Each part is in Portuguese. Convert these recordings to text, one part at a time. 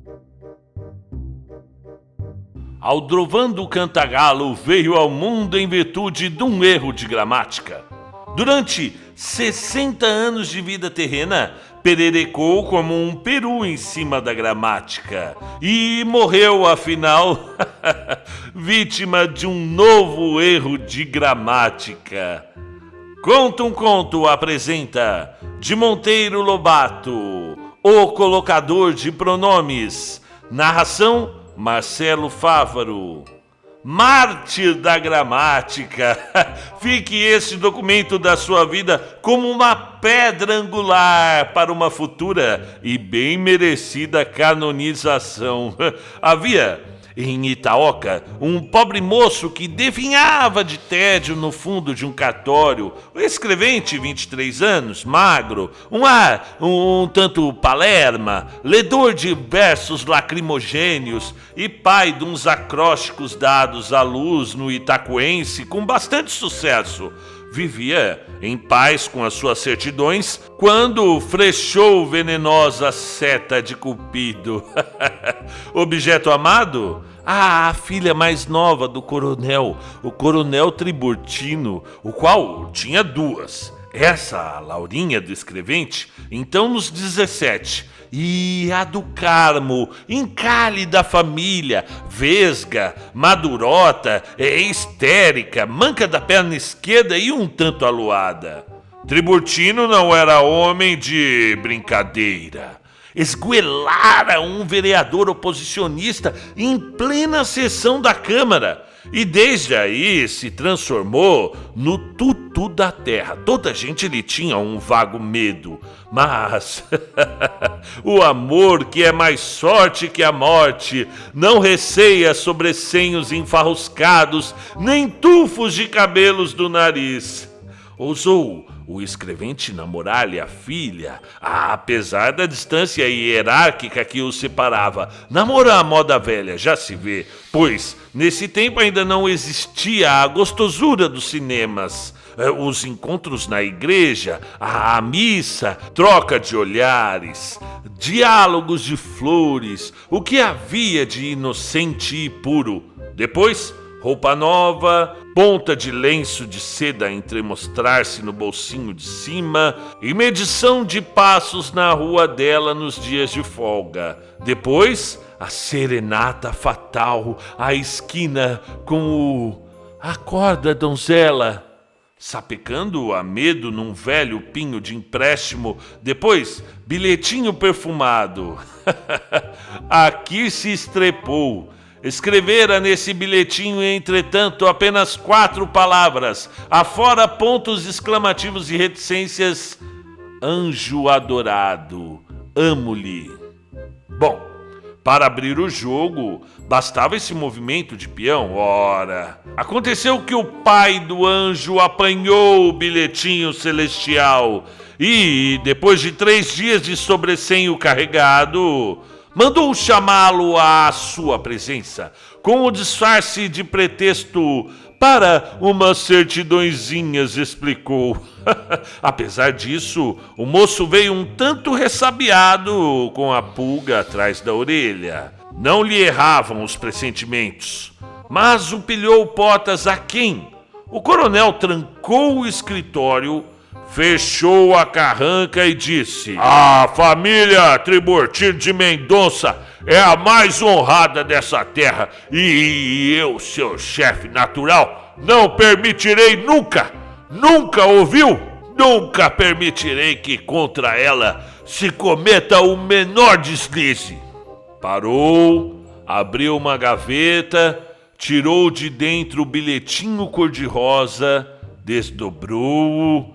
Aldrovando Cantagalo veio ao mundo em virtude de um erro de gramática. Durante 60 anos de vida terrena, pererecou como um peru em cima da gramática e morreu, afinal, vítima de um novo erro de gramática. Conta um Conto apresenta de Monteiro Lobato, o colocador de pronomes. Narração: Marcelo Fávaro. Mártir da gramática. Fique esse documento da sua vida como uma pedra angular para uma futura e bem merecida canonização. Havia em Itaoca um pobre moço que definhava de tédio no fundo de um cartório. O escrevente, 23 anos, magro, um ar um tanto palerma, ledor de versos lacrimogêneos e pai de uns acrósticos dados à luz no Itacoense com bastante sucesso. Vivia em paz com as suas certidões quando frechou venenosa seta de Cupido. Objeto amado? A filha mais nova do coronel, o coronel Triburtino, o qual tinha duas. Essa, a Laurinha do escrevente, então nos 17, e a do Carmo, encalhe da família, vesga, madurota, histérica, manca da perna esquerda e um tanto aluada. Triburtino não era homem de brincadeira. Esgoelara um vereador oposicionista em plena sessão da Câmara e desde aí se transformou no tutu da terra. Toda a gente lhe tinha um vago medo, mas o amor, que é mais sorte que a morte, não receia sobressenhos enfarruscados nem tufos de cabelos do nariz. Ousou o escrevente namorar-lhe a filha, apesar da distância hierárquica que os separava. Namorar a moda velha, já se vê, pois nesse tempo ainda não existia a gostosura dos cinemas, os encontros na igreja, a missa, troca de olhares, diálogos de flores, o que havia de inocente e puro. Depois, roupa nova, ponta de lenço de seda a entremostrar-se no bolsinho de cima e medição de passos na rua dela nos dias de folga. Depois, a serenata fatal à esquina com o "Acorda, donzela", sapecando a medo num velho pinho de empréstimo. Depois, bilhetinho perfumado. Aqui se estrepou. Escrevera nesse bilhetinho, entretanto, apenas 4 palavras, afora pontos exclamativos e reticências: "Anjo adorado, amo-lhe". Bom, para abrir o jogo, bastava esse movimento de peão. Ora, aconteceu que o pai do anjo apanhou o bilhetinho celestial e, depois de 3 dias de sobressenho carregado, mandou chamá-lo à sua presença, com o disfarce de pretexto para umas certidõezinhas, explicou. Apesar disso, o moço veio um tanto ressabiado, com a pulga atrás da orelha. Não lhe erravam os pressentimentos, mas o pilhou portas a quem? O coronel trancou o escritório, fechou a carranca e disse: "A família Triburtino de Mendonça é a mais honrada dessa terra e eu, seu chefe natural, não permitirei nunca, ouviu? Nunca permitirei que contra ela se cometa o menor deslize." Parou, abriu uma gaveta, tirou de dentro o bilhetinho cor-de-rosa, desdobrou-o.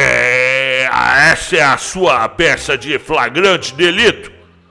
Essa é a sua peça de flagrante delito?"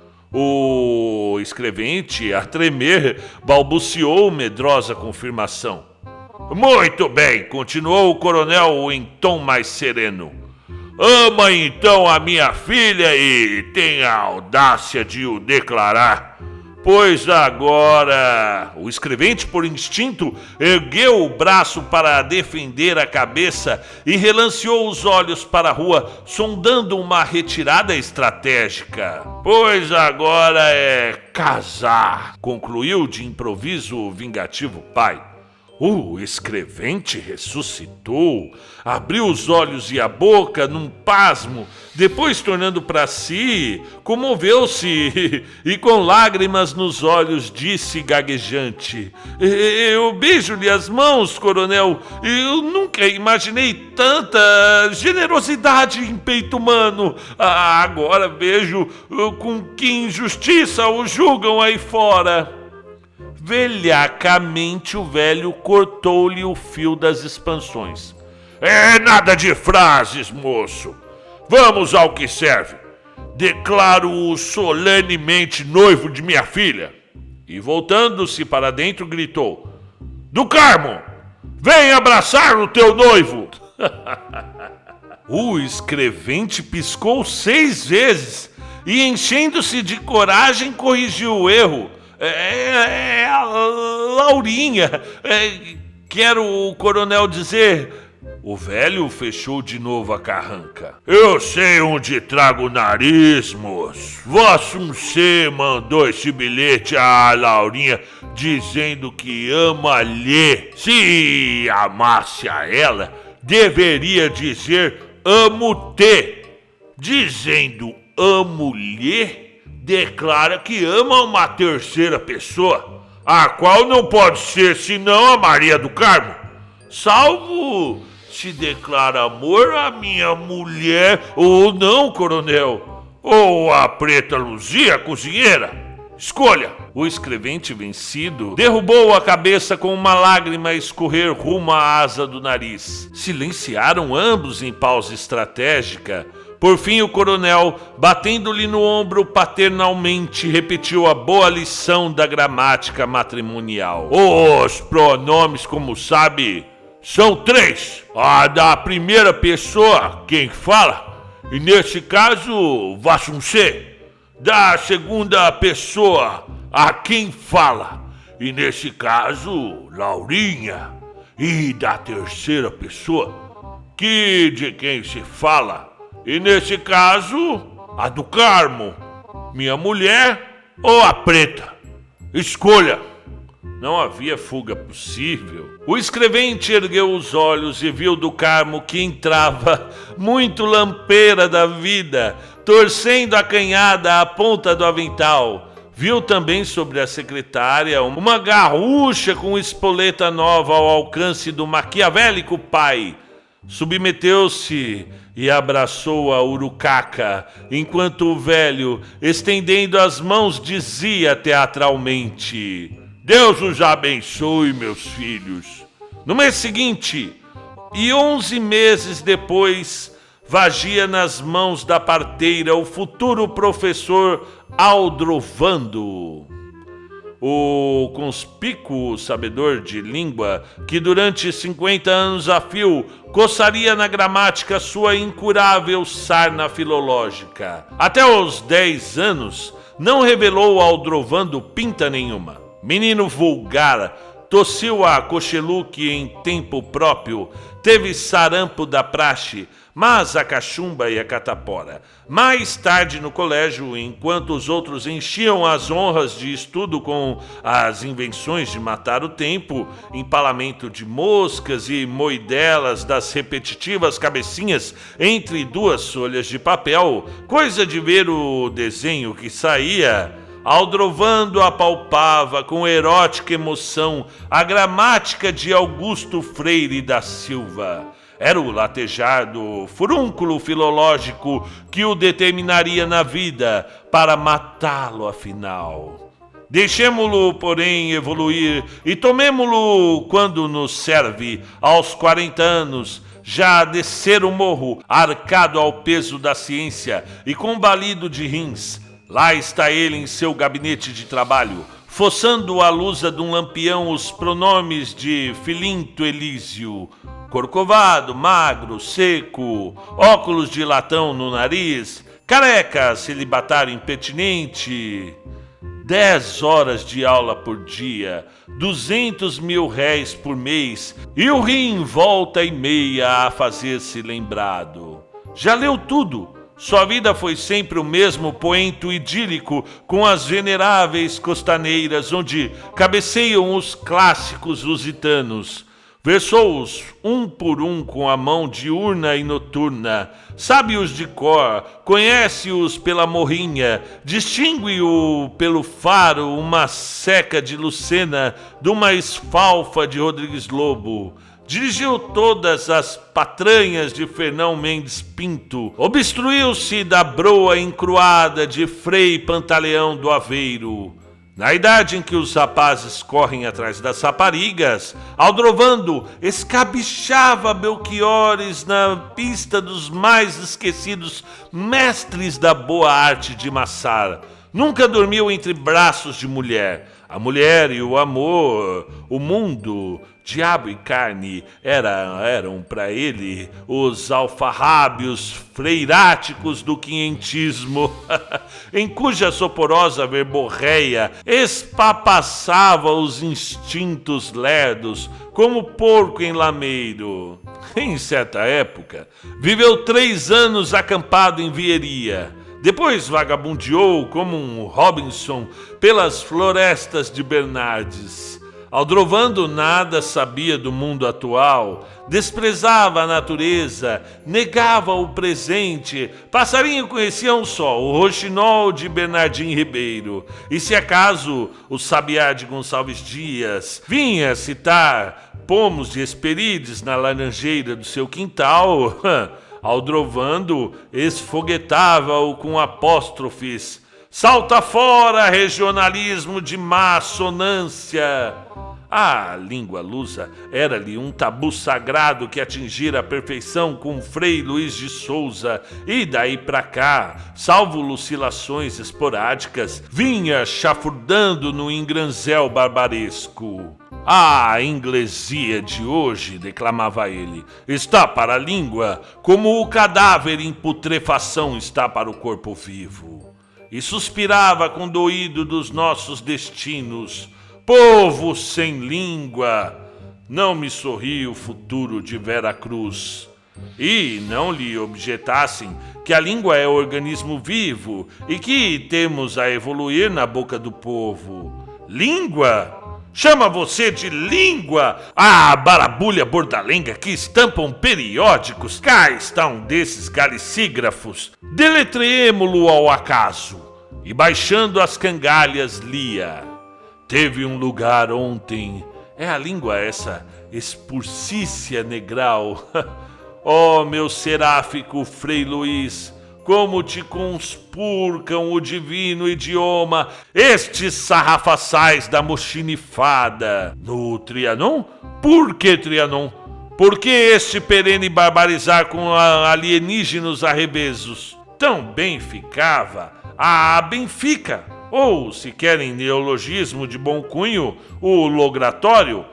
O escrevente, a tremer, balbuciou medrosa confirmação. "Muito bem", continuou o coronel em tom mais sereno. "Ama então a minha filha e tem a audácia de o declarar. Pois agora, o escrevente, por instinto, ergueu o braço para defender a cabeça e relanceou os olhos para a rua, sondando uma retirada estratégica. Pois agora é casar, concluiu de improviso o vingativo pai. O escrevente ressuscitou, abriu os olhos e a boca num pasmo, depois, tornando para si, comoveu-se e com lágrimas nos olhos disse gaguejante: Eu beijo-lhe as mãos, coronel. Eu nunca imaginei tanta generosidade em peito humano. Agora vejo com que injustiça o julgam aí fora. Velhacamente o velho cortou-lhe o fio das expansões. É nada de frases, moço. Vamos ao que serve. Declaro-o solenemente noivo de minha filha. E voltando-se para dentro gritou: Do Carmo, vem abraçar o teu noivo. O escrevente piscou 6 vezes e, enchendo-se de coragem, corrigiu o erro. É a Laurinha, quero o coronel dizer. O velho fechou de novo a carranca. Eu sei onde trago o nariz, moço. Vossumcê mandou esse bilhete à Laurinha dizendo que ama-lhe. Se amasse a ela, deveria dizer amo-te. Dizendo amo-lhe, declara que ama uma terceira pessoa, a qual não pode ser senão a Maria do Carmo, salvo se declara amor à minha mulher ou não, coronel, ou a preta Luzia, a cozinheira. Escolha. O escrevente vencido derrubou a cabeça com uma lágrima a escorrer rumo à asa do nariz. Silenciaram ambos em pausa estratégica. Por fim, o coronel, batendo-lhe no ombro paternalmente, repetiu a boa lição da gramática matrimonial. Os pronomes, como sabe, são 3. A da primeira pessoa, quem fala, e nesse caso, Vossumcê. Da segunda pessoa, a quem fala, e nesse caso, Laurinha. E da terceira pessoa, que de quem se fala, e nesse caso, a do Carmo, minha mulher ou a preta. Escolha. Não havia fuga possível. O escrevente ergueu os olhos e viu do Carmo que entrava muito lampeira da vida, torcendo a canhada à ponta do avental. Viu também sobre a secretária uma garrucha com espoleta nova ao alcance do maquiavélico pai. Submeteu-se e abraçou a urucaca, enquanto o velho, estendendo as mãos, dizia teatralmente: Deus os abençoe, meus filhos. No mês seguinte, e 11 meses depois, vagia nas mãos da parteira o futuro professor Aldrovando. O conspícuo sabedor de língua, que durante 50 anos a fio coçaria na gramática sua incurável sarna filológica. Até os 10 anos, não revelou ao Aldrovando pinta nenhuma. Menino vulgar, tossiu a cocheluque em tempo próprio, teve sarampo da praxe, mas a cachumba e a catapora. Mais tarde no colégio, enquanto os outros enchiam as honras de estudo com as invenções de matar o tempo, empalamento de moscas e moidelas das repetitivas cabecinhas entre 2 folhas de papel, coisa de ver o desenho que saía, Aldrovando apalpava com erótica emoção a gramática de Augusto Freire da Silva. Era o latejar do furúnculo filológico que o determinaria na vida para matá-lo afinal. Deixemo-lo, porém, evoluir e tomemo-lo quando nos serve, aos 40 anos, já a descer o morro, arcado ao peso da ciência e combalido de rins. Lá está ele em seu gabinete de trabalho, fossando à luz de um lampião os pronomes de Filinto Elísio, corcovado, magro, seco, óculos de latão no nariz, Careca, celibatário impertinente, 10 horas de aula por dia, 200 mil réis por mês e o rim volta e meia a fazer-se lembrado. Já leu tudo. Sua vida foi sempre o mesmo poento idílico com as veneráveis costaneiras onde cabeceiam os clássicos lusitanos. Versou-os um por um com a mão diurna e noturna, sabe-os de cor, conhece-os pela morrinha, distingue-o pelo faro uma seca de Lucena de uma esfalfa de Rodrigues Lobo. Dirigiu todas as patranhas de Fernão Mendes Pinto, obstruiu-se da broa encruada de Frei Pantaleão do Aveiro. Na idade em que os rapazes correm atrás das raparigas, Aldrovando escabichava Belchiores na pista dos mais esquecidos mestres da boa arte de maçar. Nunca dormiu entre braços de mulher. A mulher e o amor, o mundo, diabo e carne eram para ele os alfarrábios freiráticos do quinhentismo, em cuja soporosa verborreia espapassava os instintos lerdos como porco em lameiro. Em certa época, viveu 3 anos acampado em Vieria. Depois vagabundeou como um Robinson pelas florestas de Bernardes. Aldrovando nada sabia do mundo atual, desprezava a natureza, negava o presente. Passarinho conhecia um só, o roxinol de Bernardim Ribeiro. E se acaso o sabiá de Gonçalves Dias vinha citar pomos de Hesperides na laranjeira do seu quintal, Aldrovando esfoguetava-o com apóstrofes. Salta fora, regionalismo de má sonância! A língua lusa era-lhe um tabu sagrado que atingira a perfeição com Frei Luís de Souza, e daí pra cá, salvo lucilações esporádicas, vinha chafurdando no ingranzel barbaresco. A inglesia de hoje, declamava ele, está para a língua como o cadáver em putrefação está para o corpo vivo. E suspirava condoído dos nossos destinos. Povo sem língua, não me sorri o futuro de Vera Cruz. E não lhe objetassem que a língua é organismo vivo e que temos a evoluir na boca do povo. Língua? Chama você de língua? Ah, barabulha bordalenga que estampam periódicos. Cá está um desses galicígrafos. Deletreemo-lo ao acaso. E baixando as cangalhas lia. Teve um lugar ontem. É a língua essa expurcícia negral. Oh, meu seráfico Frei Luís, como te conspurcam o divino idioma estes sarrafaçais da mochinifada. No Trianon? Por que Trianon? Por que este perene barbarizar com alienígenos arrebesos? Tão bem ficava a Benfica, ou, se querem neologismo de bom cunho, o logratório.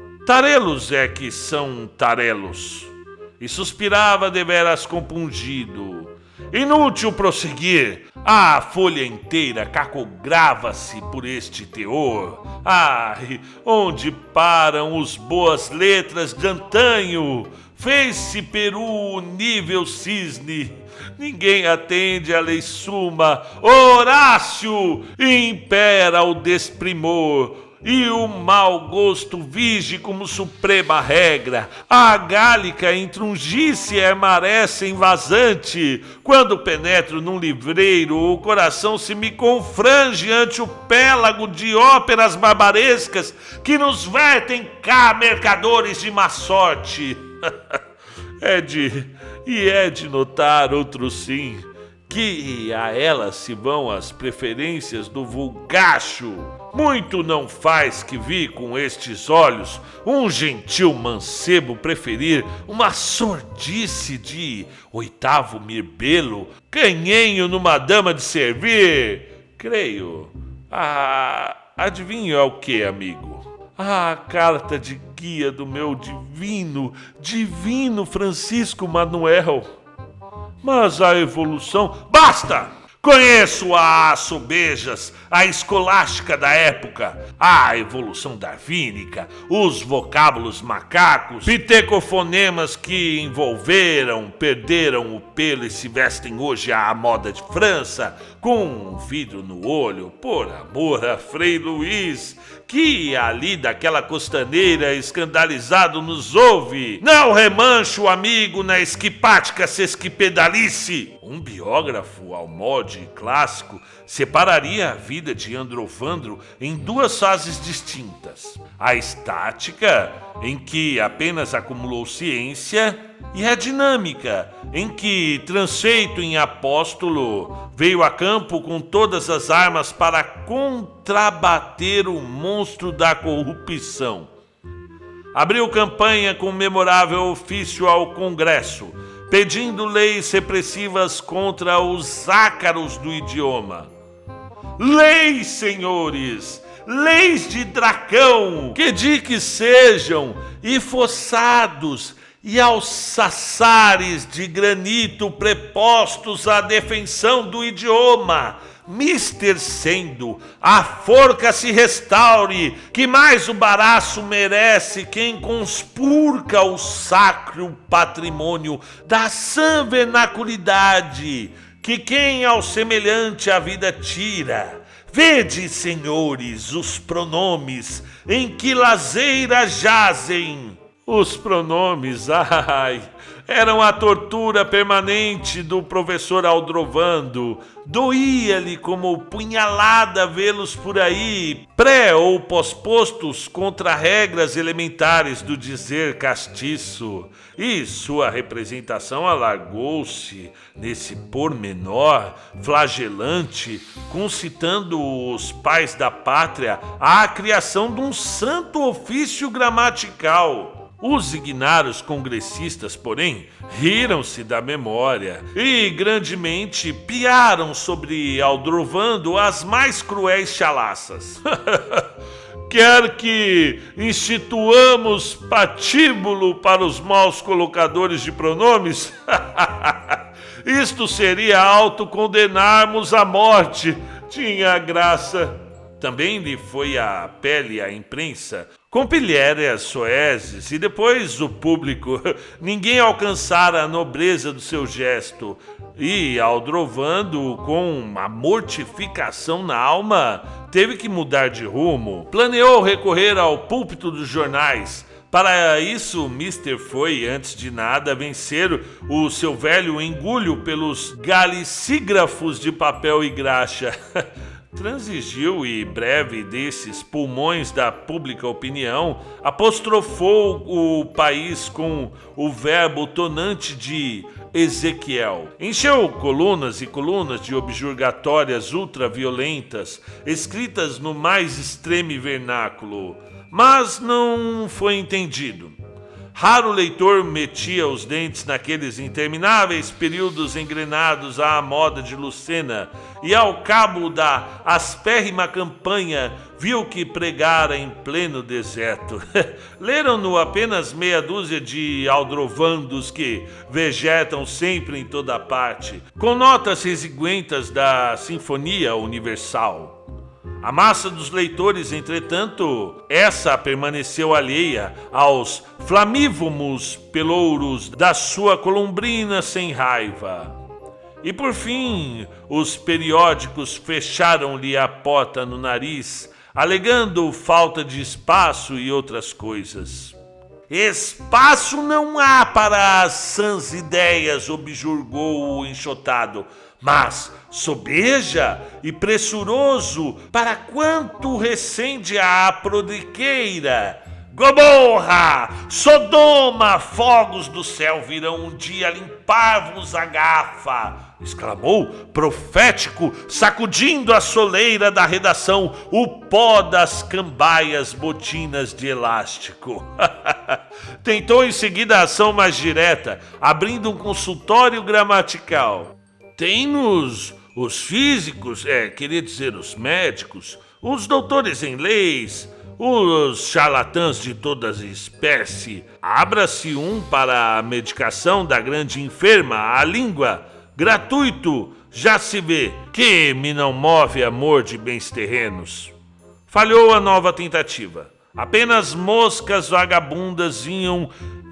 Tarelos é que são tarelos. E suspirava deveras compungido. Inútil prosseguir, a folha inteira cacograva-se por este teor. Ai, onde param os boas letras de antanho? Fez-se Peru o nível cisne. Ninguém atende à lei suma. Horácio, impera o desprimor. E o mau gosto vige como suprema regra. A gálica intrungice emarece em vazante. Quando penetro num livreiro, o coração se me confrange ante o pélago de óperas barbarescas que nos vertem cá mercadores de má sorte. É de notar, outro sim, que a elas se vão as preferências do vulgacho. Muito não faz que vi com estes olhos um gentil mancebo preferir uma sordice de 8º mirbelo, canhenho numa dama de servir. Creio. Adivinho é o que, amigo? A carta de guia do meu divino Francisco Manuel. Mas a evolução... Basta! Conheço a sobejas, a escolástica da época, a evolução darwínica, os vocábulos macacos, pitecofonemas que perderam o pelo e se vestem hoje à moda de França, com um vidro no olho, por amor a Frei Luís, que ali daquela costaneira escandalizado nos ouve. Não remancho, amigo, na esquipática sesquipedalice. Um biógrafo ao molde clássico separaria a vida de Androvandro em duas fases distintas: a estática, em que apenas acumulou ciência, e a dinâmica, em que, transfeito em apóstolo, veio a campo com todas as armas para contrabater o monstro da corrupção. Abriu campanha com memorável ofício ao Congresso, pedindo leis repressivas contra os ácaros do idioma. Leis, senhores! Leis de Dracão, que diques sejam, e fossados, e alçaçares de granito prepostos à defensão do idioma, mister sendo, a forca se restaure, que mais o baraço merece quem conspurca o sacro patrimônio da sã vernaculidade, que quem ao semelhante a vida tira. Vede, senhores, os pronomes em que lazeiras jazem. Os pronomes, eram a tortura permanente do professor Aldrovando. Doía-lhe como punhalada vê-los por aí, pré ou pós-postos contra regras elementares do dizer castiço. E sua representação alargou-se nesse pormenor flagelante, concitando os pais da pátria à criação de um santo ofício gramatical. Os ignários congressistas, porém, riram-se da memória e grandemente piaram sobre Aldrovando as mais cruéis chalaças. Quer que instituamos patíbulo para os maus colocadores de pronomes? Isto seria autocondenarmos à morte. Tinha graça. Também lhe foi à pele a imprensa, com pilhérias soezes, e depois o público. Ninguém alcançara a nobreza do seu gesto, e Aldrovando, com uma mortificação na alma, teve que mudar de rumo. Planeou recorrer ao púlpito dos jornais. Para isso, Mister foi, antes de nada, vencer o seu velho engulho pelos galicígrafos de papel e graxa. Transigiu e, breve desses pulmões da pública opinião, apostrofou o país com o verbo tonante de Ezequiel. Encheu colunas e colunas de objurgatórias ultraviolentas, escritas no mais extremo vernáculo, mas não foi entendido. Raro leitor metia os dentes naqueles intermináveis períodos engrenados à moda de Lucena, e ao cabo da aspérrima campanha viu que pregara em pleno deserto. Leram-no apenas meia dúzia de aldrovandos que vegetam sempre em toda parte, com notas exiguentas da Sinfonia Universal. A massa dos leitores, entretanto, essa permaneceu alheia aos flamívomos pelouros da sua columbrina sem raiva. E por fim, os periódicos fecharam-lhe a porta no nariz, alegando falta de espaço e outras coisas. Espaço não há para as sãs ideias, objurgou o enxotado, mas sobeja e pressuroso para quanto recende a prodriqueira. Gomorra, Sodoma, fogos do céu virão um dia limpar-vos a gafa, exclamou, profético, sacudindo a soleira da redação, o pó das cambaias botinas de elástico. Tentou em seguida a ação mais direta, abrindo um consultório gramatical. Tem-nos os físicos, queria dizer os médicos, os doutores em leis, os charlatãs de todas as espécies. Abra-se um para a medicação da grande enferma, a língua, gratuito, já se vê, que me não move amor de bens terrenos. Falhou a nova tentativa. Apenas moscas vagabundas vinham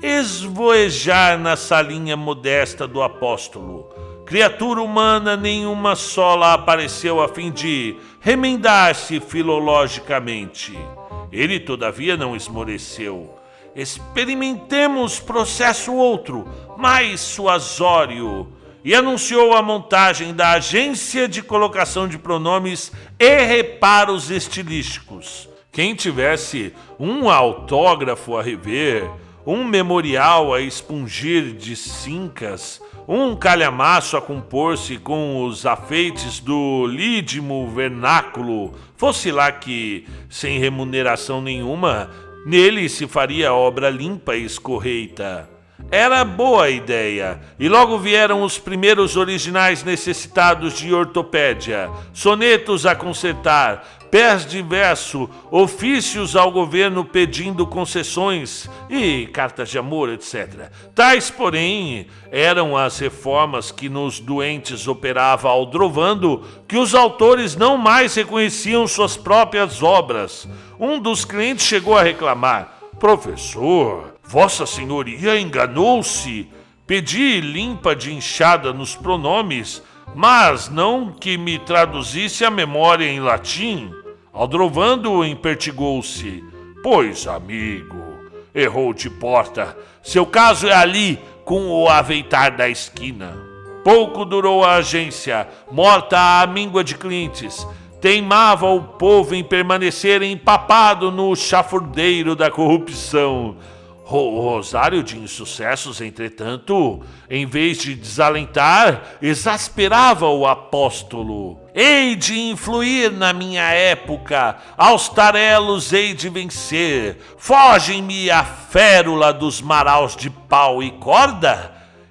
esvoejar na salinha modesta do apóstolo. Criatura humana nenhuma só lá apareceu a fim de remendar-se filologicamente. Ele, todavia, não esmoreceu. Experimentemos processo outro, mais suasório, e anunciou a montagem da agência de colocação de pronomes e reparos estilísticos. Quem tivesse um autógrafo a rever, um memorial a expungir de cincas, um calhamaço a compor-se com os afeites do lídimo vernáculo, fosse lá que, sem remuneração nenhuma, nele se faria obra limpa e escorreita. Era boa ideia, e logo vieram os primeiros originais necessitados de ortopédia, sonetos a consertar, pés de verso, ofícios ao governo pedindo concessões e cartas de amor, etc. Tais, porém, eram as reformas que nos doentes operava Aldrovando, que os autores não mais reconheciam suas próprias obras. Um dos clientes chegou a reclamar: professor, Vossa Senhoria enganou-se. Pedi limpa de inchada nos pronomes, mas não que me traduzisse a memória em latim. Aldrovando impertigou-se: pois, amigo, errou de porta. Seu caso é ali, com o aveitar da esquina. Pouco durou a agência, morta a míngua de clientes. Teimava o povo em permanecer empapado no chafurdeiro da corrupção. O rosário de insucessos, entretanto, em vez de desalentar, exasperava o apóstolo. Hei de influir na minha época, aos tarelos hei de vencer. Fogem-me a férula dos maraus de pau e corda?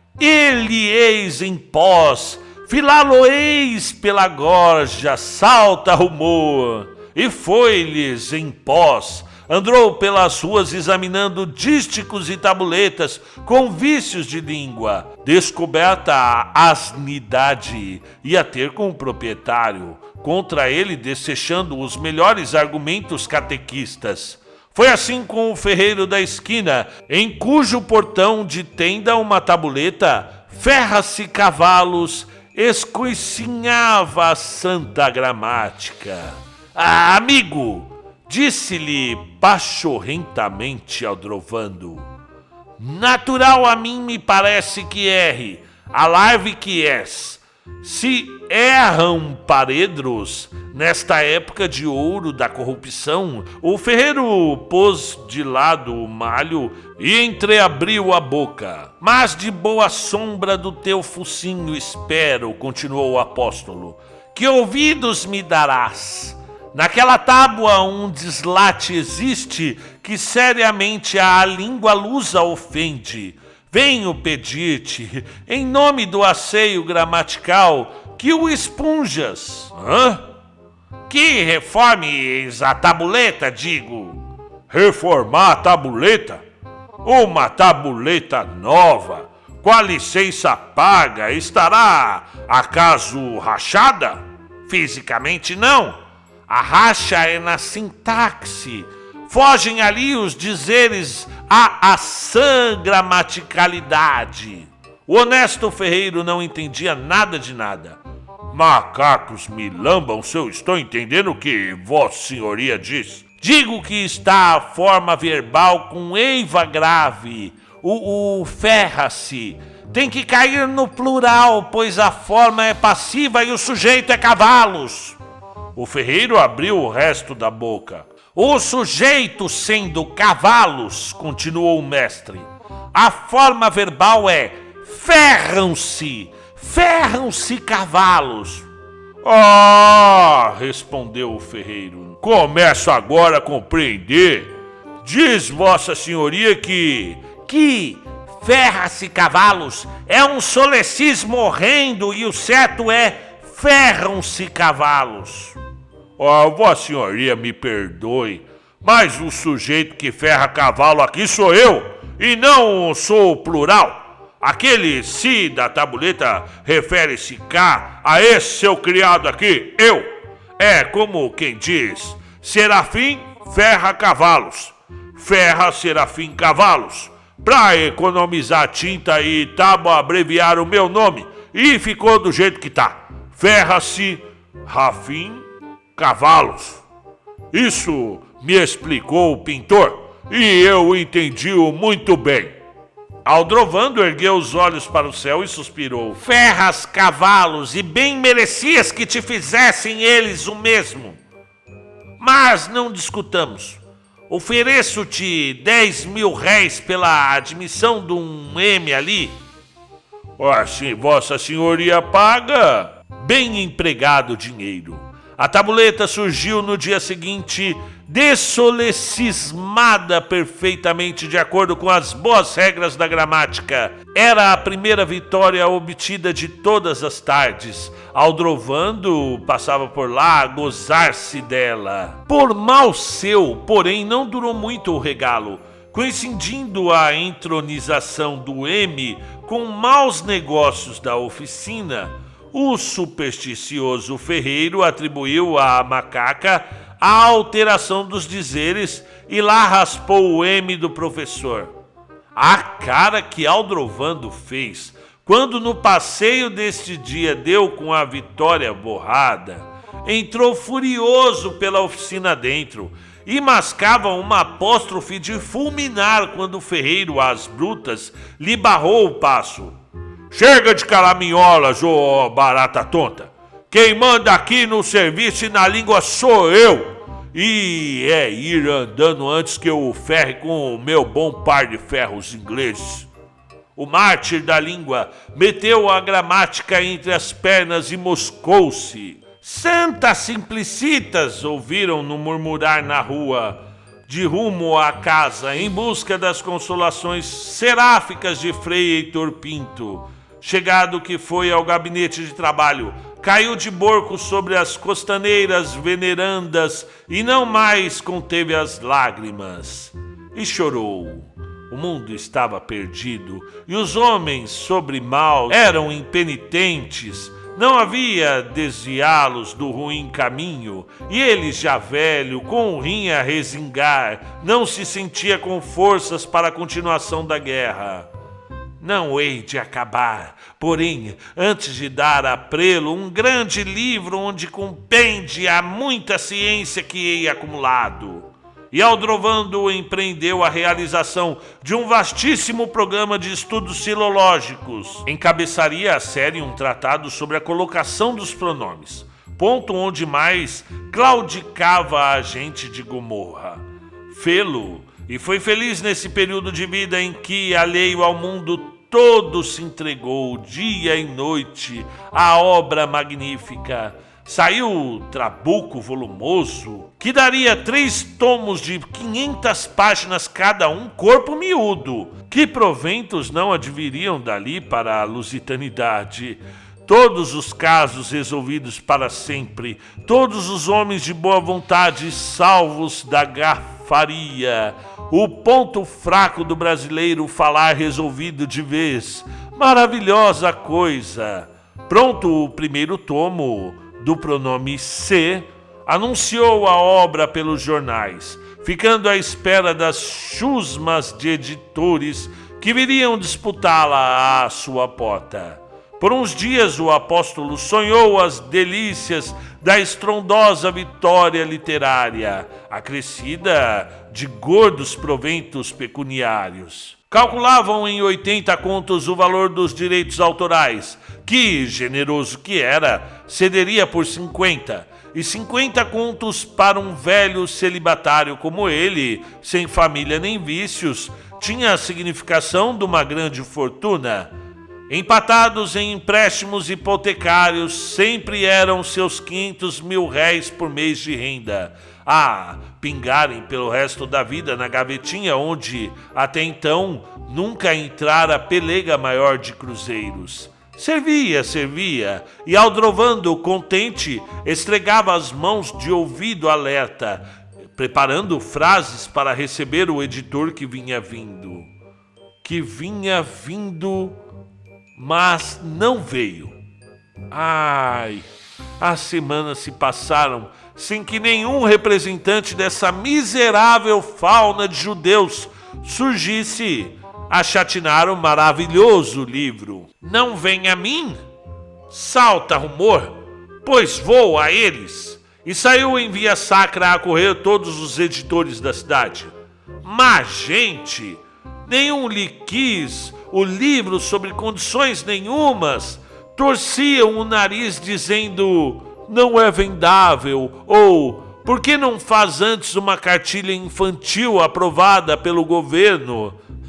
Ele eis em pós, filá-lo-eis pela gorja, salta rumor. E foi-lhes em pós. Andou pelas ruas examinando dísticos e tabuletas com vícios de língua. Descoberta a asnidade, ia ter com o proprietário, contra ele desfechando os melhores argumentos catequistas. Foi assim com o ferreiro da esquina, em cujo portão de tenda uma tabuleta, ferra-se cavalos, escoicinhava a santa gramática. Ah, amigo! Disse-lhe pachorrentamente Aldrovando: natural a mim me parece que erre, alarve que és. Se erram paredros, nesta época de ouro da corrupção, o ferreiro pôs de lado o malho e entreabriu a boca. Mas de boa sombra do teu focinho espero, continuou o apóstolo, que ouvidos me darás. Naquela tábua um dislate existe que seriamente a língua lusa ofende. Venho pedir-te, em nome do asseio gramatical, que o expunjas. Hã? Que reformes a tabuleta, digo. Reformar a tabuleta? Uma tabuleta nova, com a licença paga, estará, acaso, rachada? Fisicamente não. A racha é na sintaxe. Fogem ali os dizeres à sã gramaticalidade. O honesto ferreiro não entendia nada de nada. Macacos me lambam se eu estou entendendo o que Vossa Senhoria diz. Digo que está a forma verbal com eiva grave. O ferra-se. Tem que cair no plural, pois a forma é passiva e o sujeito é cavalos. O ferreiro abriu o resto da boca. O sujeito sendo cavalos, continuou o mestre. A forma verbal é ferram-se cavalos. Ah, respondeu o ferreiro. Começo agora a compreender. Diz Vossa Senhoria que ferra-se cavalos é um solecismo horrendo e o certo é ferram-se cavalos. Vossa Senhoria me perdoe, Mas o sujeito que ferra cavalo aqui sou eu, e não sou o plural. Aquele si da tabuleta refere-se cá a esse seu criado aqui, eu. É como quem diz, Serafim ferra cavalos, ferra Serafim cavalos. Pra economizar tinta e tábua, abreviar o meu nome, e ficou do jeito que tá. Ferra-se Rafim Cavalos. Isso me explicou o pintor, e eu entendi-o muito bem. Aldrovando ergueu os olhos para o céu e suspirou. Ferras cavalos, e bem merecias que te fizessem eles o mesmo. Mas não discutamos. Ofereço-te 10 mil réis pela admissão de um M ali. Assim, vossa senhoria paga. Bem empregado dinheiro. A tabuleta surgiu no dia seguinte, dessolecismada perfeitamente de acordo com as boas regras da gramática. Era a primeira vitória obtida de todas as tardes. Aldrovando passava por lá a gozar-se dela. Por mal seu, porém, não durou muito o regalo, coincidindo a entronização do M com maus negócios da oficina. O supersticioso ferreiro atribuiu à macaca a alteração dos dizeres e lá raspou o M do professor. A cara que Aldrovando fez quando no passeio deste dia deu com a vitória borrada, entrou furioso pela oficina dentro e mascava uma apóstrofe de fulminar quando o ferreiro às brutas lhe barrou o passo. Chega de caraminholas, ô barata tonta. Quem manda aqui no serviço e na língua sou eu. E é ir andando antes que eu o ferre com o meu bom par de ferros ingleses. O mártir da língua meteu a gramática entre as pernas e moscou-se. Santas simplicitas, ouviram-no murmurar na rua, de rumo à casa, em busca das consolações seráficas de Frei Heitor Pinto. Chegado que foi ao gabinete de trabalho, caiu de borco sobre as costaneiras venerandas e não mais conteve as lágrimas. E chorou. O mundo estava perdido e os homens sobre mal eram impenitentes. Não havia desviá-los do ruim caminho, e ele, já velho, com o rim a resingar, não se sentia com forças para a continuação da guerra. Não hei de acabar, porém, antes de dar a prelo um grande livro onde compende a muita ciência que hei acumulado. E Aldrovando empreendeu a realização de um vastíssimo programa de estudos filológicos. Encabeçaria a série um tratado sobre a colocação dos pronomes, ponto onde mais claudicava a gente de Gomorra. Fê-lo, e foi feliz nesse período de vida em que, alheio ao mundo todo, se entregou dia e noite à obra magnífica. Saiu trabuco volumoso, que daria 3 tomos de 500 páginas cada um, corpo miúdo. Que proventos não adviriam dali para a lusitanidade? Todos os casos resolvidos para sempre, todos os homens de boa vontade salvos da gafaria, o ponto fraco do brasileiro falar resolvido de vez. Maravilhosa coisa! Pronto o primeiro tomo do pronome se, anunciou a obra pelos jornais, ficando à espera das chusmas de editores que viriam disputá-la à sua porta. Por uns dias o apóstolo sonhou as delícias da estrondosa vitória literária, acrescida de gordos proventos pecuniários. Calculavam em 80 contos o valor dos direitos autorais, que, generoso que era, cederia por 50, e 50 contos para um velho celibatário como ele, sem família nem vícios, tinha a significação de uma grande fortuna. Empatados em empréstimos hipotecários, sempre eram seus 500 mil réis por mês de renda, a pingarem pelo resto da vida na gavetinha onde, até então, nunca entrara pelega maior de cruzeiros. Servia, e Aldrovando, contente, estregava as mãos de ouvido alerta, preparando frases para receber o editor que vinha vindo. Mas não veio. Ai, as semanas se passaram sem que nenhum representante dessa miserável fauna de judeus surgisse a chatinar o maravilhoso livro. Não vem a mim? Salta rumor, pois vou a eles. E saiu em via sacra a correr todos os editores da cidade. Mas, gente, nenhum lhe quis o livro sobre condições nenhumas. Torciam o nariz dizendo: não é vendável, ou por que não faz antes uma cartilha infantil aprovada pelo governo?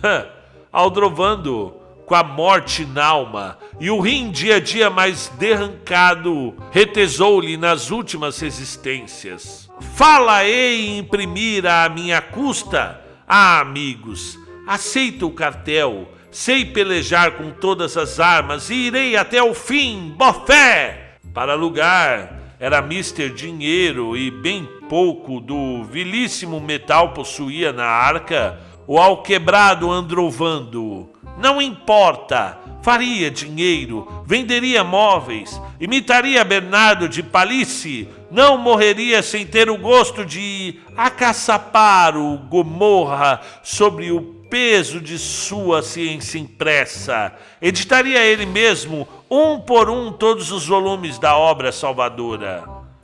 Aldrovando, com a morte na alma e o rim dia a dia mais derrancado, retesou-lhe nas últimas resistências. Fala-ei em imprimir à minha custa? Ah, amigos, aceito o cartel, sei pelejar com todas as armas e irei até o fim, bofé! Para alugar era Mister Dinheiro e bem pouco do vilíssimo metal possuía na arca o alquebrado Androvando. Não importa, faria dinheiro, venderia móveis, imitaria Bernardo de Palice, não morreria sem ter o gosto de acaçapar o Gomorra sobre o peso de sua ciência impressa. Editaria ele mesmo, um por um, todos os volumes da obra salvadora.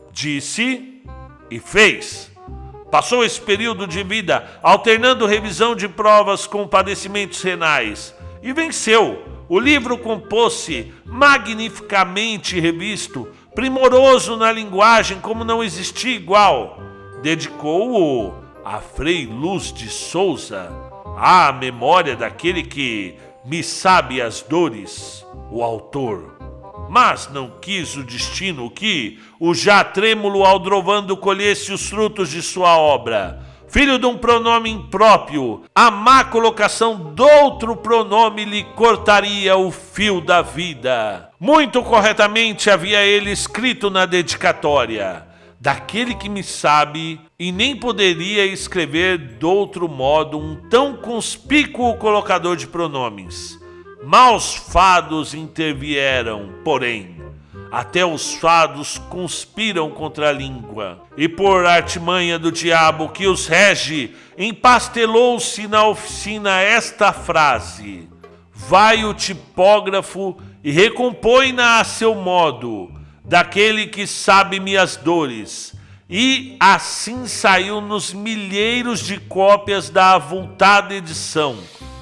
Disse e fez. Passou esse período de vida alternando revisão de provas com padecimentos renais. E venceu. O livro compôs-se magnificamente revisto, primoroso na linguagem como não existia igual. Dedicou-o a Frei Luz de Souza, à memória daquele que me sabe as dores, o autor. Mas não quis o destino que o já trêmulo Aldrovando colhesse os frutos de sua obra. Filho de um pronome impróprio, a má colocação doutro pronome lhe cortaria o fio da vida. Muito corretamente havia ele escrito na dedicatória: daquele que me sabe, e nem poderia escrever doutro modo um tão conspícuo colocador de pronomes. Maus fados intervieram, porém. Até os fados conspiram contra a língua. E por artimanha do diabo que os rege, empastelou-se na oficina esta frase: vai o tipógrafo e recompõe-na a seu modo, daquele que sabe-me as dores. E assim saiu nos milheiros de cópias da avultada edição.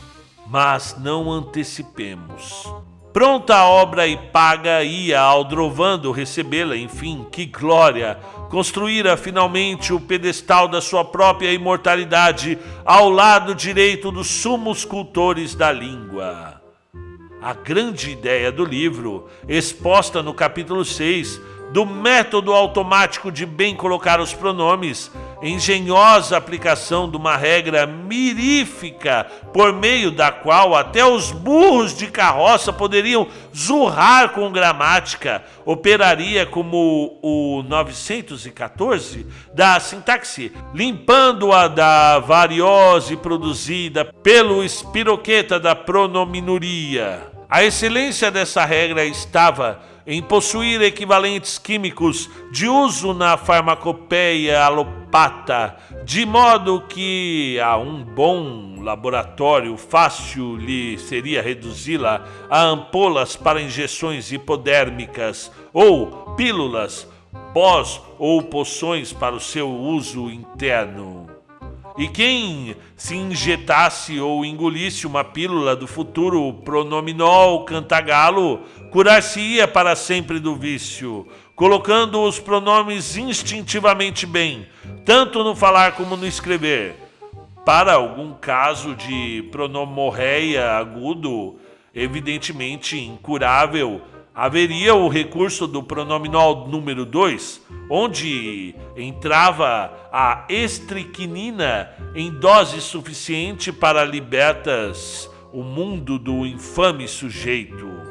Mas não antecipemos. Pronta a obra e paga, ia Aldrovando recebê-la, enfim, que glória! Construíra finalmente o pedestal da sua própria imortalidade ao lado direito dos sumos cultores da língua. A grande ideia do livro, exposta no capítulo 6, do método automático de bem colocar os pronomes, engenhosa aplicação de uma regra mirífica por meio da qual até os burros de carroça poderiam zurrar com gramática, operaria como o 914 da sintaxe, limpando-a da variose produzida pelo espiroqueta da pronominuria. A excelência dessa regra estava em possuir equivalentes químicos de uso na farmacopeia alopata, de modo que a um bom laboratório fácil lhe seria reduzi-la a ampolas para injeções hipodérmicas ou pílulas, pós ou poções para o seu uso interno. E quem se injetasse ou engolisse uma pílula do futuro pronominol cantagalo, curar-se-ia para sempre do vício, colocando os pronomes instintivamente bem, tanto no falar como no escrever. Para algum caso de pronomorreia agudo, evidentemente incurável, haveria o recurso do pronominol número 2, onde entrava a estricnina em dose suficiente para libertas o mundo do infame sujeito.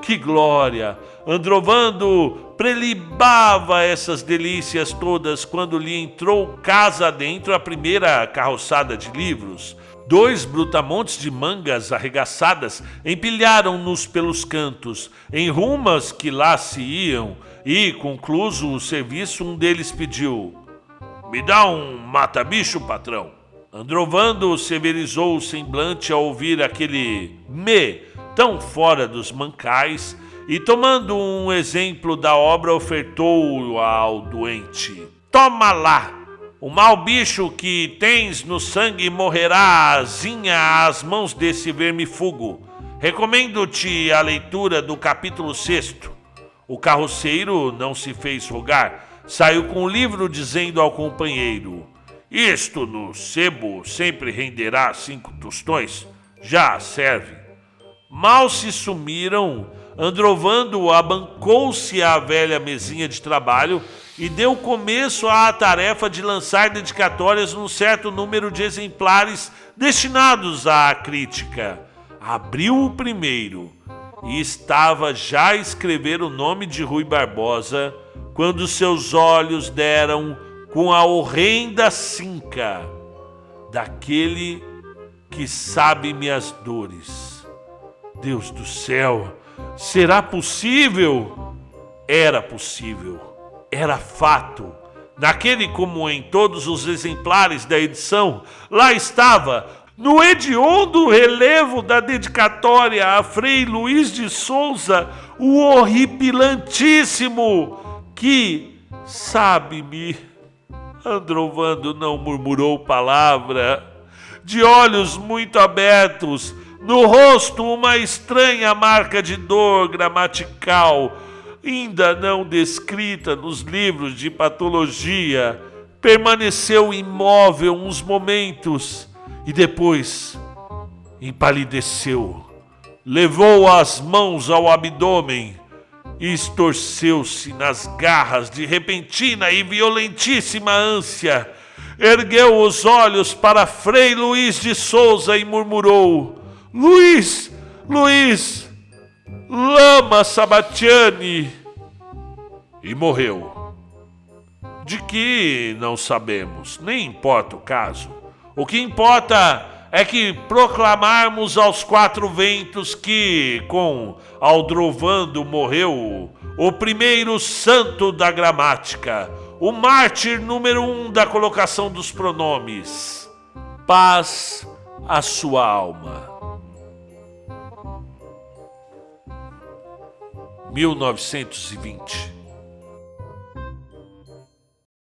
Que glória! Androvando prelibava essas delícias todas quando lhe entrou casa adentro a primeira carroçada de livros. 2 brutamontes de mangas arregaçadas empilharam-nos pelos cantos, em rumas que lá se iam, e, concluso o serviço, um deles pediu: "Me dá um mata-bicho, patrão." Androvando severizou o semblante ao ouvir aquele "me" tão fora dos mancais, e, tomando um exemplo da obra, ofertou-o ao doente: "Toma lá! O mau bicho que tens no sangue morrerá azinha às mãos desse vermífugo. Recomendo-te a leitura do capítulo 6º. O carroceiro não se fez rogar. Saiu com o livro dizendo ao companheiro: "Isto no sebo sempre renderá 5 tostões. Já serve." Mal se sumiram, Androvando abancou-se à velha mesinha de trabalho e deu começo à tarefa de lançar dedicatórias num certo número de exemplares destinados à crítica. Abriu o primeiro e estava já a escrever o nome de Rui Barbosa quando seus olhos deram com a horrenda cinca daquele que sabe minhas dores. Deus do céu, será possível? Era possível, era fato. Naquele, como em todos os exemplares da edição, lá estava, no hediondo relevo da dedicatória a Frei Luís de Souza, o horripilantíssimo que, sabe-me. Androvando não murmurou palavra. De olhos muito abertos, no rosto uma estranha marca de dor gramatical, ainda não descrita nos livros de patologia, permaneceu imóvel uns momentos e depois empalideceu. Levou as mãos ao abdômen e estorceu-se nas garras de repentina e violentíssima ânsia. Ergueu os olhos para Frei Luís de Souza e murmurou: "Luís, Luís, Lama Sabatiani." E morreu. De que não sabemos, nem importa o caso. O que importa é que proclamarmos aos 4 ventos que, com Aldrovando, morreu o primeiro santo da gramática, o mártir número 1 da colocação dos pronomes. Paz à sua alma. 1920